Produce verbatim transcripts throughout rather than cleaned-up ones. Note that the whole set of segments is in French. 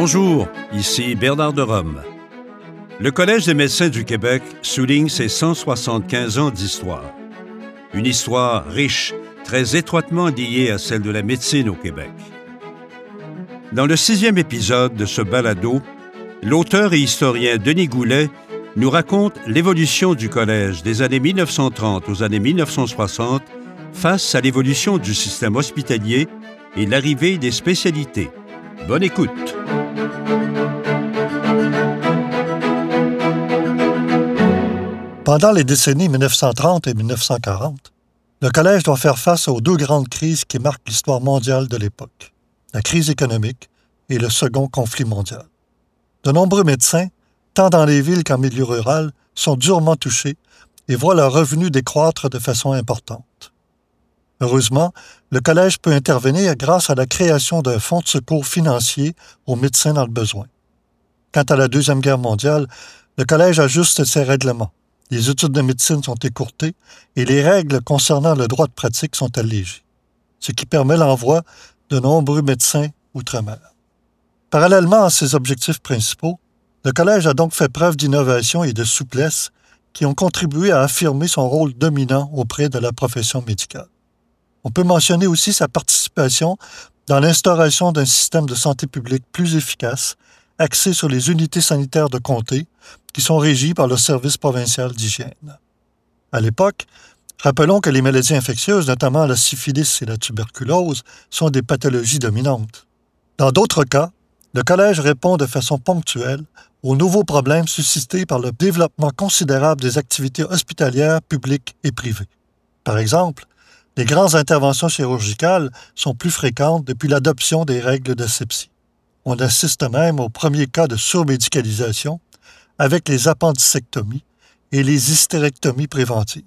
Bonjour, ici Bernard de Rome. Le Collège des médecins du Québec souligne ses cent soixante-quinze ans d'histoire. Une histoire riche, très étroitement liée à celle de la médecine au Québec. Dans le sixième épisode de ce balado, l'auteur et historien Denis Goulet nous raconte l'évolution du Collège des années mille neuf cent trente aux années mille neuf cent soixante face à l'évolution du système hospitalier et l'arrivée des spécialités. Bonne écoute! Pendant les décennies mille neuf cent trente et mille neuf cent quarante, le Collège doit faire face aux deux grandes crises qui marquent l'histoire mondiale de l'époque, la crise économique et le second conflit mondial. De nombreux médecins, tant dans les villes qu'en milieu rural, sont durement touchés et voient leurs revenus décroître de façon importante. Heureusement, le Collège peut intervenir grâce à la création d'un fonds de secours financier aux médecins dans le besoin. Quant à la Deuxième Guerre mondiale, le Collège ajuste ses règlements. Les études de médecine sont écourtées et les règles concernant le droit de pratique sont allégées, ce qui permet l'envoi de nombreux médecins outre-mer. Parallèlement à ses objectifs principaux, le Collège a donc fait preuve d'innovation et de souplesse qui ont contribué à affirmer son rôle dominant auprès de la profession médicale. On peut mentionner aussi sa participation dans l'instauration d'un système de santé publique plus efficace, axé sur les unités sanitaires de comté, qui sont régies par le Service provincial d'hygiène. À l'époque, rappelons que les maladies infectieuses, notamment la syphilis et la tuberculose, sont des pathologies dominantes. Dans d'autres cas, le Collège répond de façon ponctuelle aux nouveaux problèmes suscités par le développement considérable des activités hospitalières publiques et privées. Par exemple, les grandes interventions chirurgicales sont plus fréquentes depuis l'adoption des règles d'asepsie. On assiste même aux premiers cas de surmédicalisation avec les appendicectomies et les hystérectomies préventives.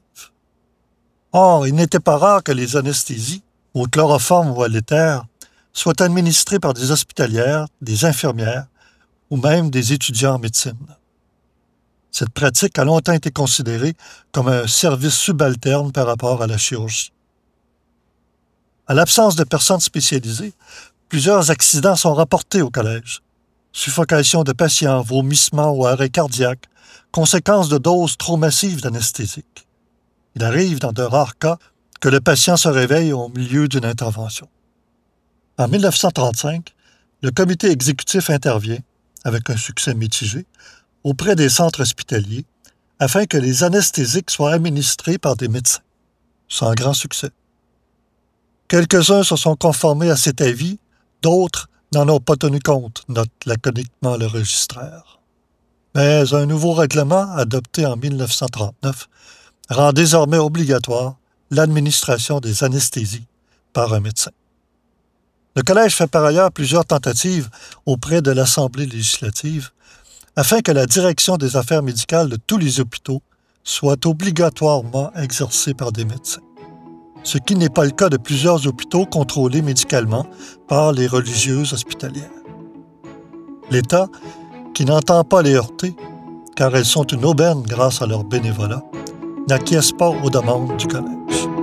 Or, il n'était pas rare que les anesthésies, au chloroforme ou à l'éther, soient administrées par des hospitalières, des infirmières ou même des étudiants en médecine. Cette pratique a longtemps été considérée comme un service subalterne par rapport à la chirurgie. À l'absence de personnes spécialisées, plusieurs accidents sont rapportés au Collège. Suffocation de patients, vomissements ou arrêt cardiaque, conséquence de doses trop massives d'anesthésiques. Il arrive, dans de rares cas, que le patient se réveille au milieu d'une intervention. En mille neuf cent trente-cinq, le comité exécutif intervient, avec un succès mitigé, auprès des centres hospitaliers, afin que les anesthésiques soient administrés par des médecins, sans grand succès. Quelques-uns se sont conformés à cet avis, d'autres n'en ont pas tenu compte, note laconiquement le registraire. Mais un nouveau règlement, adopté en mille neuf cent trente-neuf, rend désormais obligatoire l'administration des anesthésies par un médecin. Le Collège fait par ailleurs plusieurs tentatives auprès de l'Assemblée législative afin que la direction des affaires médicales de tous les hôpitaux soit obligatoirement exercée par des médecins, ce qui n'est pas le cas de plusieurs hôpitaux contrôlés médicalement par les religieuses hospitalières. L'État, qui n'entend pas les heurter, car elles sont une aubaine grâce à leur bénévolat, n'acquiesce pas aux demandes du Collège.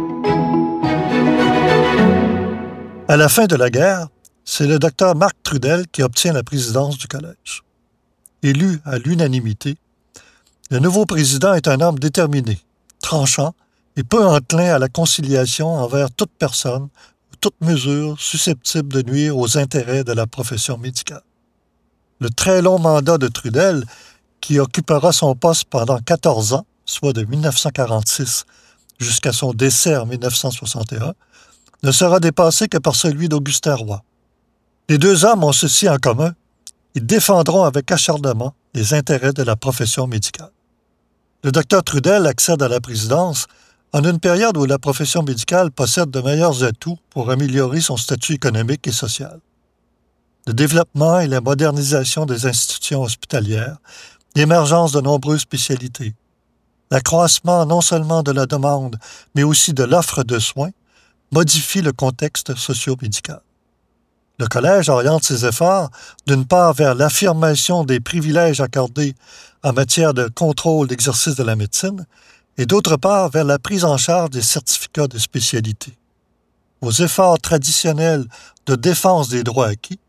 À la fin de la guerre, c'est le docteur Marc Trudel qui obtient la présidence du Collège. Élu à l'unanimité, le nouveau président est un homme déterminé, tranchant et peu enclin à la conciliation envers toute personne ou toute mesure susceptible de nuire aux intérêts de la profession médicale. Le très long mandat de Trudel, qui occupera son poste pendant quatorze ans, soit de mille neuf cent quarante-six jusqu'à son décès en mille neuf cent soixante et un, ne sera dépassé que par celui d'Augustin Roy. Les deux hommes ont ceci en commun, ils défendront avec acharnement les intérêts de la profession médicale. Le docteur Trudel accède à la présidence en une période où la profession médicale possède de meilleurs atouts pour améliorer son statut économique et social. Le développement et la modernisation des institutions hospitalières, l'émergence de nombreuses spécialités, l'accroissement non seulement de la demande, mais aussi de l'offre de soins, modifie le contexte socio-médical. Le Collège oriente ses efforts, d'une part vers l'affirmation des privilèges accordés en matière de contrôle d'exercice de la médecine, et d'autre part vers la prise en charge des certificats de spécialité. Aux efforts traditionnels de défense des droits acquis,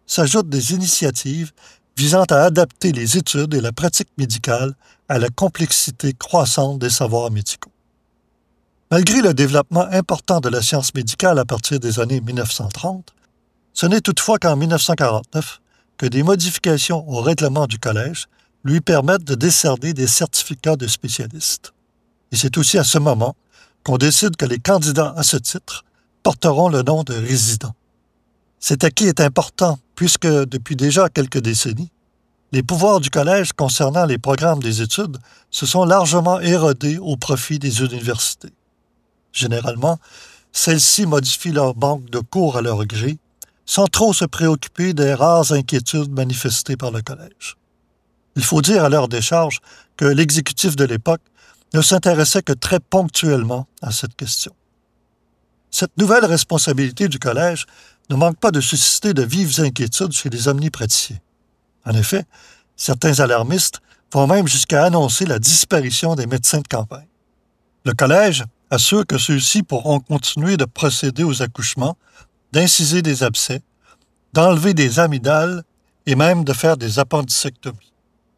s'ajoutent des initiatives visant à adapter les études et la pratique médicale à la complexité croissante des savoirs médicaux. Malgré le développement important de la science médicale à partir des années mille neuf cent trente, ce n'est toutefois qu'en mille neuf cent quarante-neuf que des modifications au règlement du collège lui permettent de décerner des certificats de spécialiste. Et c'est aussi à ce moment qu'on décide que les candidats à ce titre porteront le nom de résident. Cet acquis est important puisque, depuis déjà quelques décennies, les pouvoirs du collège concernant les programmes des études se sont largement érodés au profit des universités. Généralement, celles-ci modifient leur banque de cours à leur gré, sans trop se préoccuper des rares inquiétudes manifestées par le collège. Il faut dire à leur décharge que l'exécutif de l'époque ne s'intéressait que très ponctuellement à cette question. Cette nouvelle responsabilité du collège ne manque pas de susciter de vives inquiétudes chez les omnipraticiens. En effet, certains alarmistes vont même jusqu'à annoncer la disparition des médecins de campagne. Le collège assure que ceux-ci pourront continuer de procéder aux accouchements, d'inciser des abcès, d'enlever des amygdales et même de faire des appendicectomies.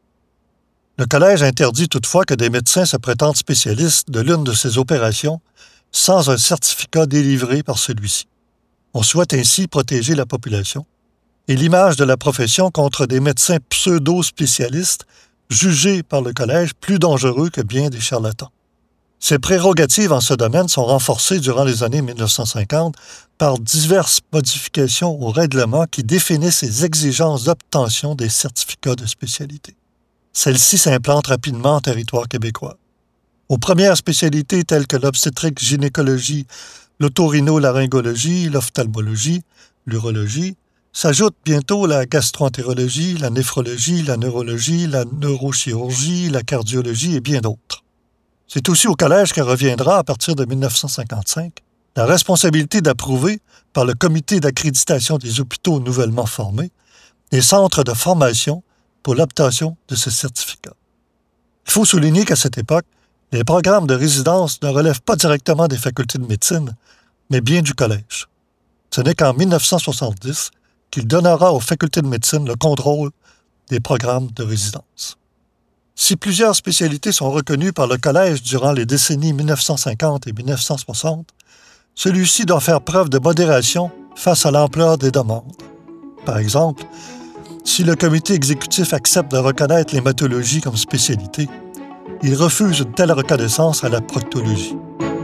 Le collège interdit toutefois que des médecins se prétendent spécialistes de l'une de ces opérations sans un certificat délivré par celui-ci. On souhaite ainsi protéger la population et l'image de la profession contre des médecins pseudo-spécialistes jugés par le collège plus dangereux que bien des charlatans. Ces prérogatives en ce domaine sont renforcées durant les années mille neuf cent cinquante par diverses modifications au règlement qui définissent les exigences d'obtention des certificats de spécialité. Celles-ci s'implantent rapidement en territoire québécois. Aux premières spécialités telles que l'obstétrique-gynécologie, l'otorhinolaryngologie, l'ophtalmologie, l'urologie, s'ajoute bientôt la gastroentérologie, la néphrologie, la neurologie, la neurochirurgie, la cardiologie et bien d'autres. C'est aussi au collège que reviendra, à partir de mille neuf cent cinquante-cinq, la responsabilité d'approuver, par le comité d'accréditation des hôpitaux nouvellement formés, les centres de formation pour l'obtention de ce certificat. Il faut souligner qu'à cette époque, les programmes de résidence ne relèvent pas directement des facultés de médecine, mais bien du collège. Ce n'est qu'en mille neuf cent soixante-dix qu'il donnera aux facultés de médecine le contrôle des programmes de résidence. Si plusieurs spécialités sont reconnues par le collège durant les décennies mille neuf cent cinquante et mille neuf cent soixante, celui-ci doit faire preuve de modération face à l'ampleur des demandes. Par exemple, si le comité exécutif accepte de reconnaître l'hématologie comme spécialité, il refuse une telle reconnaissance à la proctologie.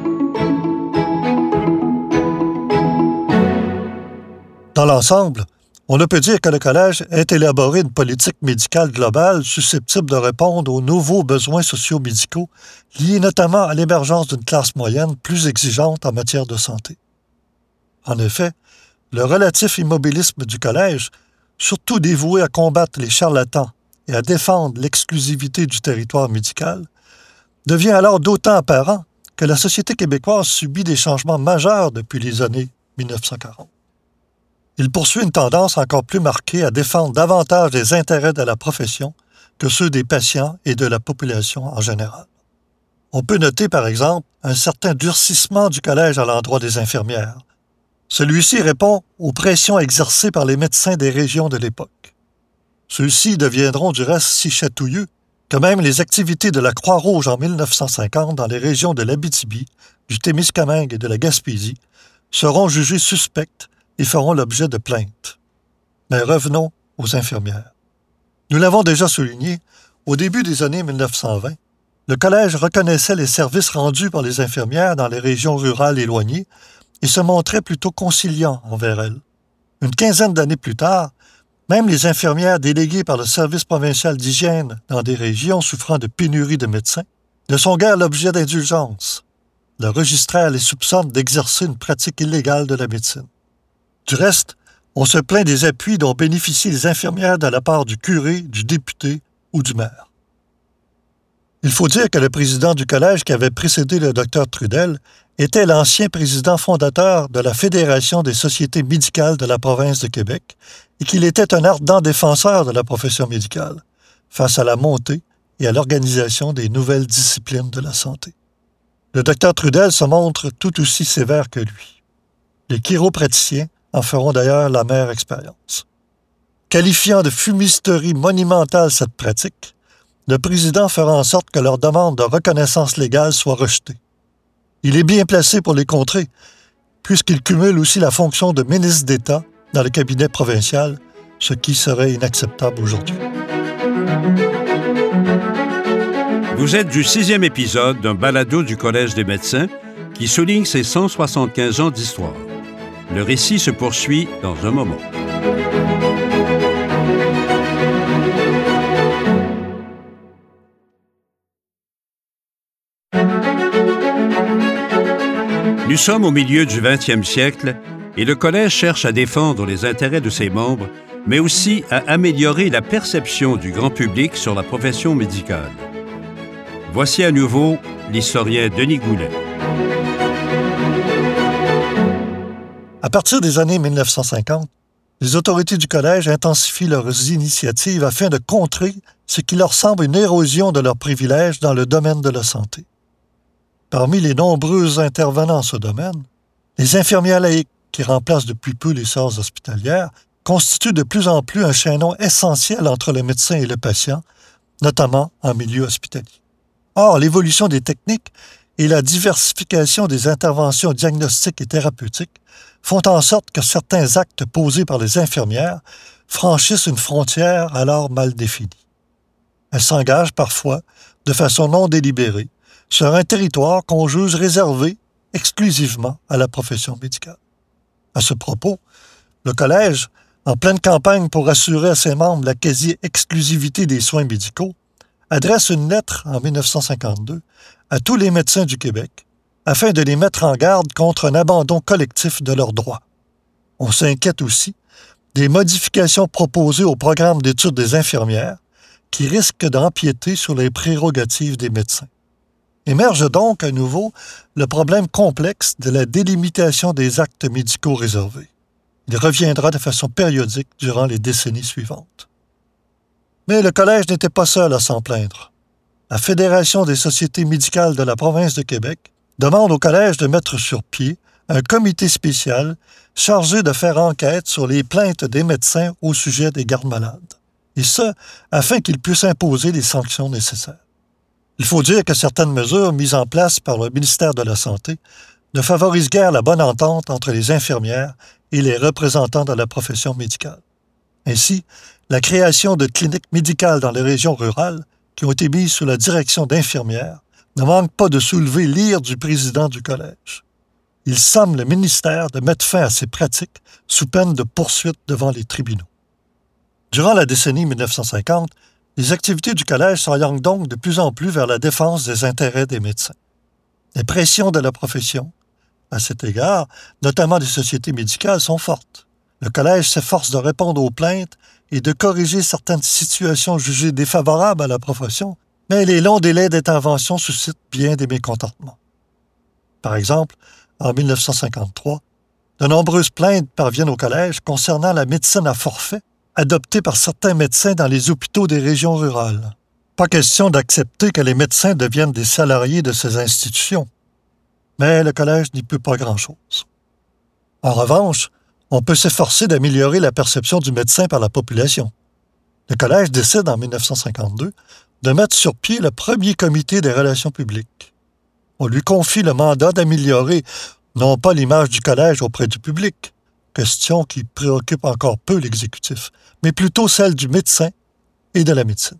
Dans l'ensemble, on ne peut dire que le collège ait élaboré une politique médicale globale susceptible de répondre aux nouveaux besoins socio-médicaux liés notamment à l'émergence d'une classe moyenne plus exigeante en matière de santé. En effet, le relatif immobilisme du collège, surtout dévoué à combattre les charlatans et à défendre l'exclusivité du territoire médical, devient alors d'autant apparent que la société québécoise subit des changements majeurs depuis les années mille neuf cent quarante. Il poursuit une tendance encore plus marquée à défendre davantage les intérêts de la profession que ceux des patients et de la population en général. On peut noter, par exemple, un certain durcissement du collège à l'endroit des infirmières. Celui-ci répond aux pressions exercées par les médecins des régions de l'époque. Ceux-ci deviendront du reste si chatouilleux que même les activités de la Croix-Rouge en mille neuf cent cinquante dans les régions de l'Abitibi, du Témiscamingue et de la Gaspésie seront jugées suspectes et feront l'objet de plaintes. Mais revenons aux infirmières. Nous l'avons déjà souligné, au début des années mille neuf cent vingt, le collège reconnaissait les services rendus par les infirmières dans les régions rurales éloignées et se montrait plutôt conciliant envers elles. Une quinzaine d'années plus tard, même les infirmières déléguées par le service provincial d'hygiène dans des régions souffrant de pénurie de médecins ne sont guère l'objet d'indulgence. Le registraire les soupçonne d'exercer une pratique illégale de la médecine. Du reste, on se plaint des appuis dont bénéficient les infirmières de la part du curé, du député ou du maire. Il faut dire que le président du collège qui avait précédé le docteur Trudel était l'ancien président fondateur de la Fédération des sociétés médicales de la province de Québec et qu'il était un ardent défenseur de la profession médicale face à la montée et à l'organisation des nouvelles disciplines de la santé. Le docteur Trudel se montre tout aussi sévère que lui. Les chiropraticiens en feront d'ailleurs l'amère expérience. Qualifiant de fumisterie monumentale cette pratique, le président fera en sorte que leur demande de reconnaissance légale soit rejetée. Il est bien placé pour les contrer, puisqu'il cumule aussi la fonction de ministre d'État dans le cabinet provincial, ce qui serait inacceptable aujourd'hui. Vous êtes du sixième épisode d'un balado du Collège des médecins qui souligne ses cent soixante-quinze ans d'histoire. Le récit se poursuit dans un moment. Nous sommes au milieu du vingtième siècle et le Collège cherche à défendre les intérêts de ses membres, mais aussi à améliorer la perception du grand public sur la profession médicale. Voici à nouveau l'historien Denis Goulet. À partir des années mille neuf cent cinquante, les autorités du Collège intensifient leurs initiatives afin de contrer ce qui leur semble une érosion de leurs privilèges dans le domaine de la santé. Parmi les nombreux intervenants en ce domaine, les infirmières laïques, qui remplacent depuis peu les sœurs hospitalières, constituent de plus en plus un chaînon essentiel entre le médecin et le patient, notamment en milieu hospitalier. Or, l'évolution des techniques et la diversification des interventions diagnostiques et thérapeutiques font en sorte que certains actes posés par les infirmières franchissent une frontière alors mal définie. Elles s'engagent parfois, de façon non délibérée, sur un territoire qu'on juge réservé exclusivement à la profession médicale. À ce propos, le Collège, en pleine campagne pour assurer à ses membres la quasi-exclusivité des soins médicaux, adresse une lettre en mille neuf cent cinquante-deux à tous les médecins du Québec afin de les mettre en garde contre un abandon collectif de leurs droits. On s'inquiète aussi des modifications proposées au programme d'études des infirmières qui risquent d'empiéter sur les prérogatives des médecins. Émerge donc à nouveau le problème complexe de la délimitation des actes médicaux réservés. Il reviendra de façon périodique durant les décennies suivantes. Mais le Collège n'était pas seul à s'en plaindre. La Fédération des sociétés médicales de la province de Québec demande au Collège de mettre sur pied un comité spécial chargé de faire enquête sur les plaintes des médecins au sujet des gardes-malades, et ce, afin qu'ils puissent imposer les sanctions nécessaires. Il faut dire que certaines mesures mises en place par le ministère de la Santé ne favorisent guère la bonne entente entre les infirmières et les représentants de la profession médicale. Ainsi, la création de cliniques médicales dans les régions rurales, qui ont été mises sous la direction d'infirmières, ne manque pas de soulever l'ire du président du Collège. Il somme le ministère de mettre fin à ces pratiques sous peine de poursuites devant les tribunaux. Durant la décennie mille neuf cent cinquante, les activités du Collège s'orientent donc de plus en plus vers la défense des intérêts des médecins. Les pressions de la profession, à cet égard, notamment des sociétés médicales, sont fortes. Le Collège s'efforce de répondre aux plaintes et de corriger certaines situations jugées défavorables à la profession, mais les longs délais d'intervention suscitent bien des mécontentements. Par exemple, en mille neuf cent cinquante-trois, de nombreuses plaintes parviennent au Collège concernant la médecine à forfait adoptée par certains médecins dans les hôpitaux des régions rurales. Pas question d'accepter que les médecins deviennent des salariés de ces institutions. Mais le Collège n'y peut pas grand-chose. En revanche, on peut s'efforcer d'améliorer la perception du médecin par la population. Le Collège décide en mille neuf cent cinquante-deux de mettre sur pied le premier comité des relations publiques. On lui confie le mandat d'améliorer non pas l'image du Collège auprès du public, question qui préoccupe encore peu l'exécutif, mais plutôt celle du médecin et de la médecine.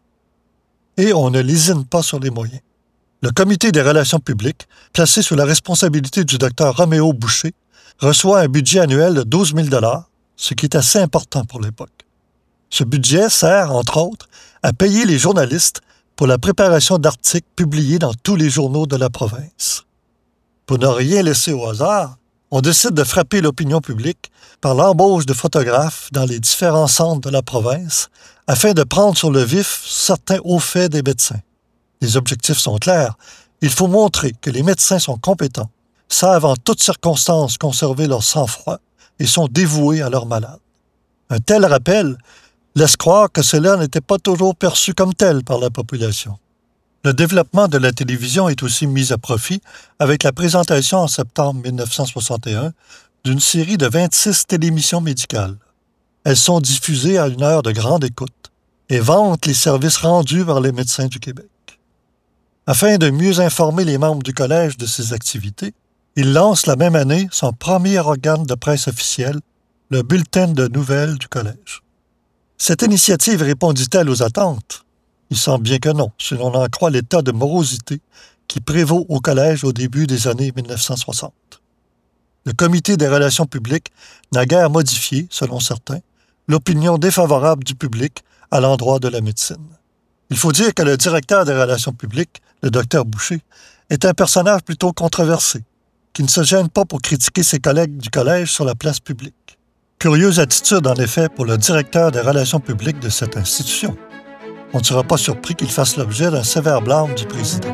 Et on ne lésine pas sur les moyens. Le comité des relations publiques, placé sous la responsabilité du docteur Roméo Boucher, reçoit un budget annuel de douze mille dollars, ce qui est assez important pour l'époque. Ce budget sert, entre autres, à payer les journalistes pour la préparation d'articles publiés dans tous les journaux de la province. Pour ne rien laisser au hasard, on décide de frapper l'opinion publique par l'embauche de photographes dans les différents centres de la province afin de prendre sur le vif certains hauts faits des médecins. Les objectifs sont clairs. Il faut montrer que les médecins sont compétents, savent en toutes circonstances conserver leur sang-froid et sont dévoués à leurs malades. Un tel rappel laisse croire que cela n'était pas toujours perçu comme tel par la population. Le développement de la télévision est aussi mis à profit avec la présentation en septembre mille neuf cent soixante et un d'une série de vingt-six télémissions médicales. Elles sont diffusées à une heure de grande écoute et vantent les services rendus par les médecins du Québec. Afin de mieux informer les membres du Collège de ses activités, il lance la même année son premier organe de presse officiel, le Bulletin de nouvelles du Collège. Cette initiative répondit-elle aux attentes? Il semble bien que non, si l'on en croit l'état de morosité qui prévaut au Collège au début des années mille neuf cent soixante. Le Comité des relations publiques n'a guère modifié, selon certains, l'opinion défavorable du public à l'endroit de la médecine. Il faut dire que le directeur des relations publiques, le docteur Boucher, est un personnage plutôt controversé, qui ne se gêne pas pour critiquer ses collègues du collège sur la place publique. Curieuse attitude, en effet, pour le directeur des relations publiques de cette institution. On ne sera pas surpris qu'il fasse l'objet d'un sévère blâme du président.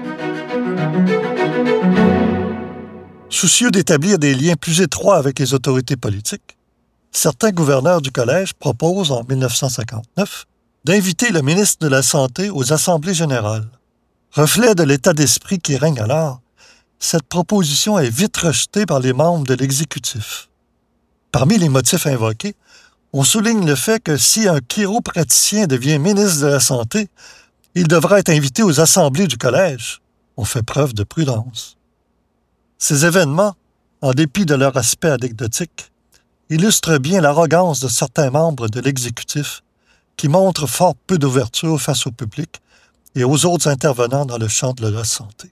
Soucieux d'établir des liens plus étroits avec les autorités politiques, certains gouverneurs du collège proposent, en mille neuf cent cinquante-neuf, d'inviter le ministre de la Santé aux assemblées générales. Reflet de l'état d'esprit qui règne alors, cette proposition est vite rejetée par les membres de l'exécutif. Parmi les motifs invoqués, on souligne le fait que si un chiropraticien devient ministre de la Santé, il devra être invité aux assemblées du collège. On fait preuve de prudence. Ces événements, en dépit de leur aspect anecdotique, illustrent bien l'arrogance de certains membres de l'exécutif qui montrent fort peu d'ouverture face au public et aux autres intervenants dans le champ de la santé.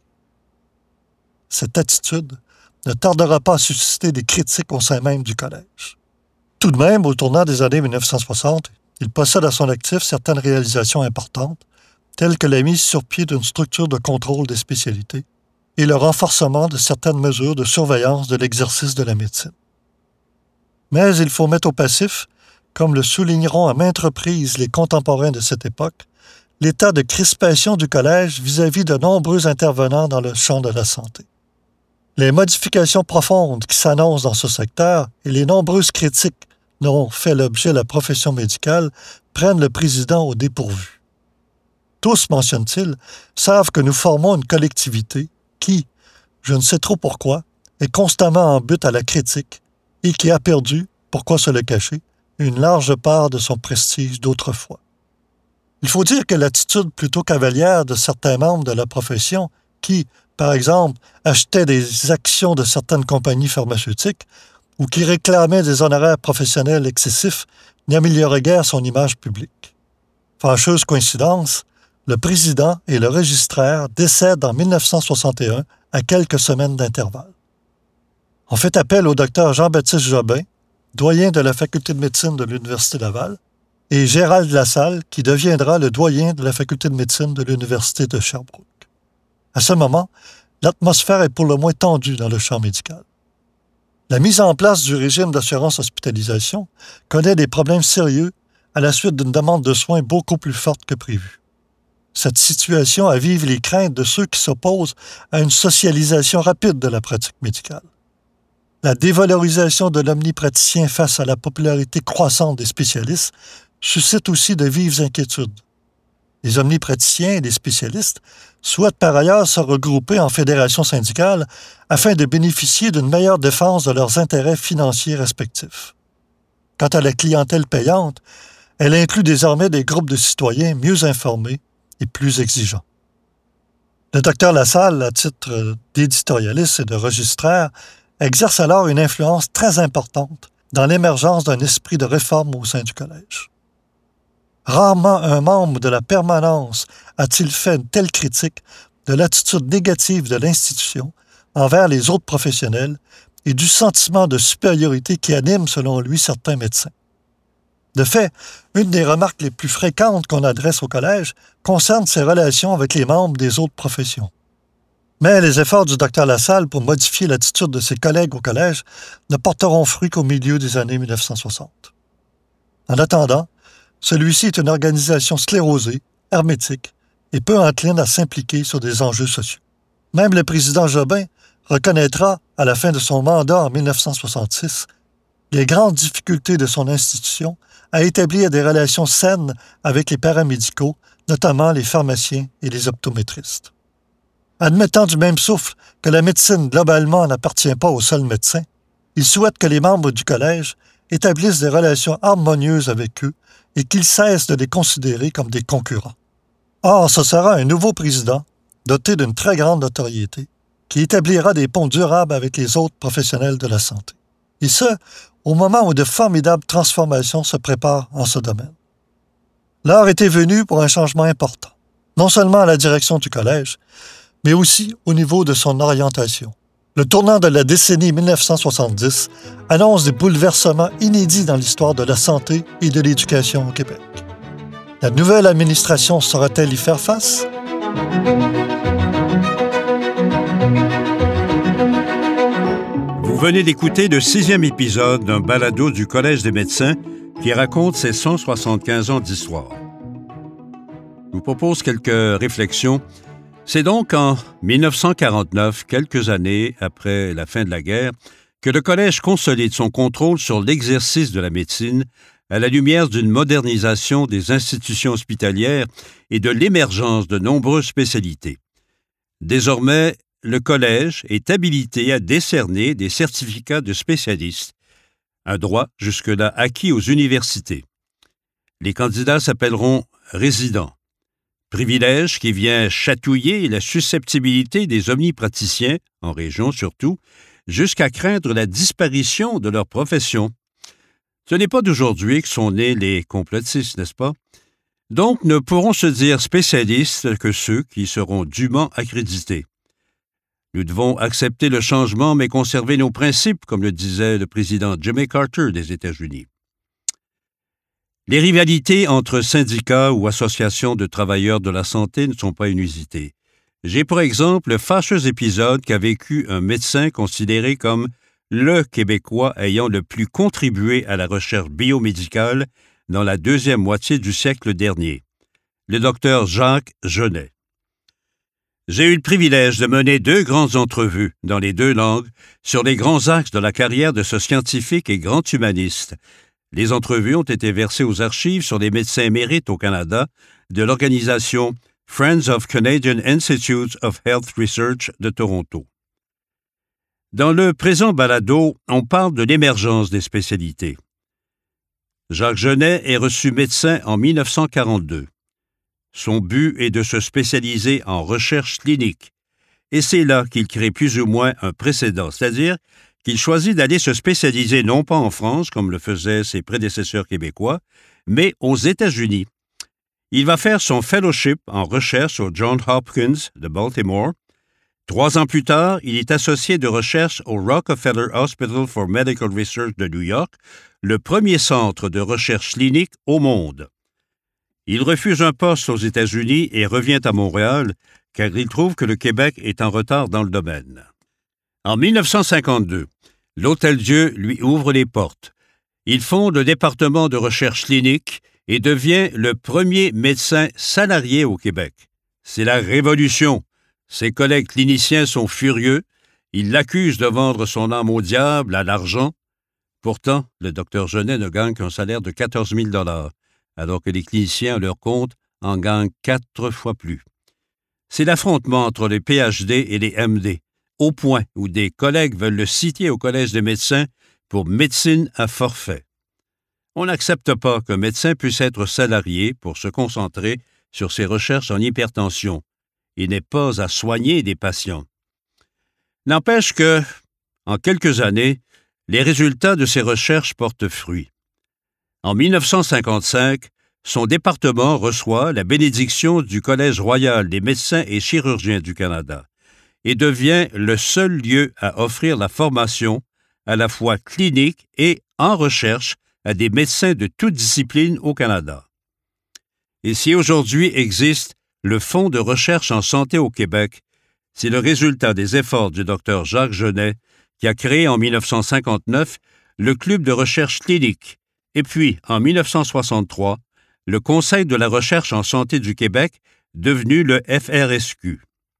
Cette attitude ne tardera pas à susciter des critiques au sein même du collège. Tout de même, au tournant des années mille neuf cent soixante, il possède à son actif certaines réalisations importantes, telles que la mise sur pied d'une structure de contrôle des spécialités et le renforcement de certaines mesures de surveillance de l'exercice de la médecine. Mais il faut mettre au passif, comme le souligneront à maintes reprises les contemporains de cette époque, l'état de crispation du collège vis-à-vis de nombreux intervenants dans le champ de la santé. Les modifications profondes qui s'annoncent dans ce secteur et les nombreuses critiques dont fait l'objet la profession médicale prennent le président au dépourvu. Tous, mentionne-t-il, savent que nous formons une collectivité qui, je ne sais trop pourquoi, est constamment en butte à la critique et qui a perdu, pourquoi se le cacher, une large part de son prestige d'autrefois. Il faut dire que l'attitude plutôt cavalière de certains membres de la profession qui, par exemple, achetaient des actions de certaines compagnies pharmaceutiques ou qui réclamaient des honoraires professionnels excessifs n'améliorait guère son image publique. Fâcheuse coïncidence, le président et le registraire décèdent en mille neuf cent soixante et un à quelques semaines d'intervalle. On fait appel au docteur Jean-Baptiste Jobin, doyen de la faculté de médecine de l'Université Laval, et Gérald Lassalle, qui deviendra le doyen de la faculté de médecine de l'Université de Sherbrooke. À ce moment, l'atmosphère est pour le moins tendue dans le champ médical. La mise en place du régime d'assurance hospitalisation connaît des problèmes sérieux à la suite d'une demande de soins beaucoup plus forte que prévu. Cette situation avive les craintes de ceux qui s'opposent à une socialisation rapide de la pratique médicale. La dévalorisation de l'omnipraticien face à la popularité croissante des spécialistes suscite aussi de vives inquiétudes. Les omnipraticiens et les spécialistes souhaitent par ailleurs se regrouper en fédérations syndicales afin de bénéficier d'une meilleure défense de leurs intérêts financiers respectifs. Quant à la clientèle payante, elle inclut désormais des groupes de citoyens mieux informés et plus exigeants. Le docteur Lassalle, à titre d'éditorialiste et de registraire, exerce alors une influence très importante dans l'émergence d'un esprit de réforme au sein du collège. Rarement un membre de la permanence a-t-il fait une telle critique de l'attitude négative de l'institution envers les autres professionnels et du sentiment de supériorité qui anime, selon lui, certains médecins. De fait, une des remarques les plus fréquentes qu'on adresse au collège concerne ses relations avec les membres des autres professions. Mais les efforts du docteur Lassalle pour modifier l'attitude de ses collègues au collège ne porteront fruit qu'au milieu des années mille neuf cent soixante. En attendant, celui-ci est une organisation sclérosée, hermétique et peu encline à s'impliquer sur des enjeux sociaux. Même le président Jobin reconnaîtra, à la fin de son mandat en mille neuf cent soixante-six, les grandes difficultés de son institution à établir des relations saines avec les paramédicaux, notamment les pharmaciens et les optométristes. Admettant du même souffle que la médecine globalement n'appartient pas aux seuls médecins, il souhaite que les membres du collège établissent des relations harmonieuses avec eux et qu'ils cessent de les considérer comme des concurrents. Or, ce sera un nouveau président, doté d'une très grande notoriété, qui établira des ponts durables avec les autres professionnels de la santé. Et ce, au moment où de formidables transformations se préparent en ce domaine. L'heure était venue pour un changement important, non seulement à la direction du collège, mais aussi au niveau de son orientation. Le tournant de la décennie mille neuf cent soixante-dix annonce des bouleversements inédits dans l'histoire de la santé et de l'éducation au Québec. La nouvelle administration saura-t-elle y faire face? Vous venez d'écouter le sixième épisode d'un balado du Collège des médecins qui raconte ses cent soixante-quinze ans d'histoire. Je vous propose quelques réflexions. C'est donc en mille neuf cent quarante-neuf, quelques années après la fin de la guerre, que le Collège consolide son contrôle sur l'exercice de la médecine à la lumière d'une modernisation des institutions hospitalières et de l'émergence de nombreuses spécialités. Désormais, le Collège est habilité à décerner des certificats de spécialistes, un droit jusque-là acquis aux universités. Les candidats s'appelleront résidents. Privilège qui vient chatouiller la susceptibilité des omnipraticiens, en région surtout, jusqu'à craindre la disparition de leur profession. Ce n'est pas d'aujourd'hui que sont nés les complotistes, n'est-ce pas? Donc, ne pourront se dire spécialistes que ceux qui seront dûment accrédités. Nous devons accepter le changement, mais conserver nos principes, comme le disait le président Jimmy Carter des États-Unis. Les rivalités entre syndicats ou associations de travailleurs de la santé ne sont pas inusitées. J'ai pour exemple le fâcheux épisode qu'a vécu un médecin considéré comme le Québécois ayant le plus contribué à la recherche biomédicale dans la deuxième moitié du siècle dernier, le docteur Jacques Genet. J'ai eu le privilège de mener deux grandes entrevues dans les deux langues sur les grands axes de la carrière de ce scientifique et grand humaniste. Les entrevues ont été versées aux archives sur les médecins émérites au Canada de l'organisation Friends of Canadian Institutes of Health Research de Toronto. Dans le présent balado, on parle de l'émergence des spécialités. Jacques Genet est reçu médecin en mille neuf cent quarante-deux. Son but est de se spécialiser en recherche clinique, et c'est là qu'il crée plus ou moins un précédent, c'est-à-dire qu'il choisit d'aller se spécialiser non pas en France, comme le faisaient ses prédécesseurs québécois, mais aux États-Unis. Il va faire son fellowship en recherche au Johns Hopkins de Baltimore. Trois ans plus tard, il est associé de recherche au Rockefeller Hospital for Medical Research de New York, le premier centre de recherche clinique au monde. Il refuse un poste aux États-Unis et revient à Montréal, car il trouve que le Québec est en retard dans le domaine. En mille neuf cent cinquante-deux, l'Hôtel-Dieu lui ouvre les portes. Il fonde le département de recherche clinique et devient le premier médecin salarié au Québec. C'est la révolution. Ses collègues cliniciens sont furieux. Ils l'accusent de vendre son âme au diable, à l'argent. Pourtant, le docteur Genet ne gagne qu'un salaire de quatorze mille dollars, alors que les cliniciens, à leur compte, en gagnent quatre fois plus. C'est l'affrontement entre les P H D et les M D, au point où des collègues veulent le citer au Collège des médecins pour médecine à forfait. On n'accepte pas qu'un médecin puisse être salarié pour se concentrer sur ses recherches en hypertension et n'est pas à soigner des patients. N'empêche que, en quelques années, les résultats de ses recherches portent fruit. En mille neuf cent cinquante-cinq, son département reçoit la bénédiction du Collège royal des médecins et chirurgiens du Canada et devient le seul lieu à offrir la formation à la fois clinique et en recherche à des médecins de toutes disciplines au Canada. Et si aujourd'hui existe le Fonds de recherche en santé au Québec, c'est le résultat des efforts du docteur Jacques Genet qui a créé en mille neuf cent cinquante-neuf le Club de recherche clinique et puis, en mille neuf cent soixante-trois, le Conseil de la recherche en santé du Québec, devenu le F R S Q.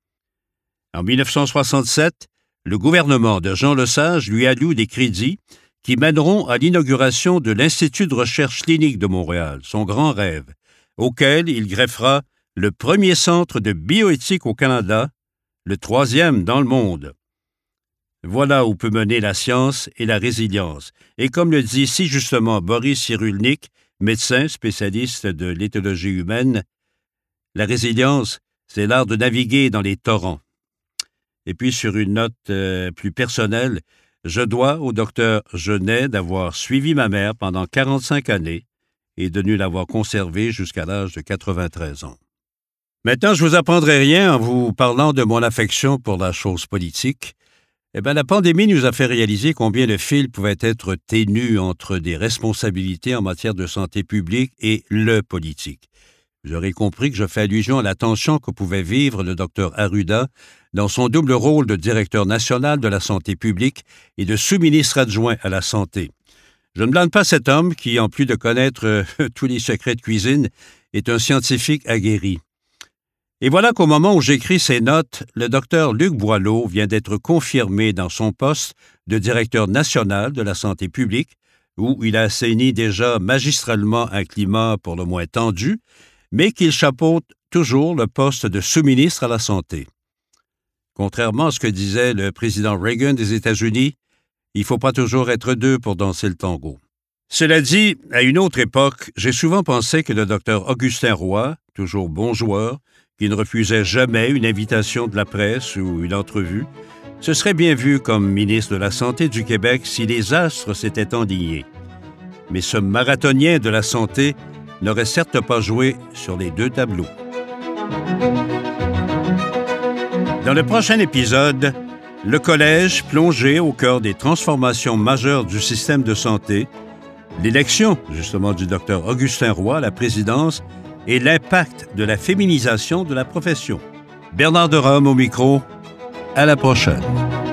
En mille neuf cent soixante-sept, le gouvernement de Jean Lesage lui alloue des crédits qui mèneront à l'inauguration de l'Institut de recherche clinique de Montréal, son grand rêve, auquel il greffera le premier centre de bioéthique au Canada, le troisième dans le monde. Voilà où peut mener la science et la résilience. Et comme le dit si justement Boris Cyrulnik, médecin spécialiste de l'éthologie humaine, la résilience, c'est l'art de naviguer dans les torrents. Et puis, sur une note euh, plus personnelle, je dois au docteur Genet d'avoir suivi ma mère pendant quarante-cinq années et de ne l'avoir conservée jusqu'à l'âge de quatre-vingt-treize ans. Maintenant, je vous apprendrai rien en vous parlant de mon affection pour la chose politique. Eh bien, la pandémie nous a fait réaliser combien le fil pouvait être ténu entre des responsabilités en matière de santé publique et le politique. Vous aurez compris que je fais allusion à la tension que pouvait vivre le docteur Arruda dans son double rôle de directeur national de la santé publique et de sous-ministre adjoint à la santé. Je ne blâme pas cet homme qui, en plus de connaître euh, tous les secrets de cuisine, est un scientifique aguerri. Et voilà qu'au moment où j'écris ces notes, le docteur Luc Boileau vient d'être confirmé dans son poste de directeur national de la santé publique, où il a assaini déjà magistralement un climat pour le moins tendu, mais qu'il chapeaute toujours le poste de sous-ministre à la Santé. Contrairement à ce que disait le président Reagan des États-Unis, il ne faut pas toujours être deux pour danser le tango. Cela dit, à une autre époque, j'ai souvent pensé que le docteur Augustin Roy, toujours bon joueur, qui ne refusait jamais une invitation de la presse ou une entrevue, se serait bien vu comme ministre de la Santé du Québec si les astres s'étaient alignés. Mais ce marathonien de la santé n'aurait certes pas joué sur les deux tableaux. Dans le prochain épisode, le collège plongé au cœur des transformations majeures du système de santé, l'élection, justement, du docteur Augustin Roy à la présidence et l'impact de la féminisation de la profession. Bernard de Rome au micro. À la prochaine.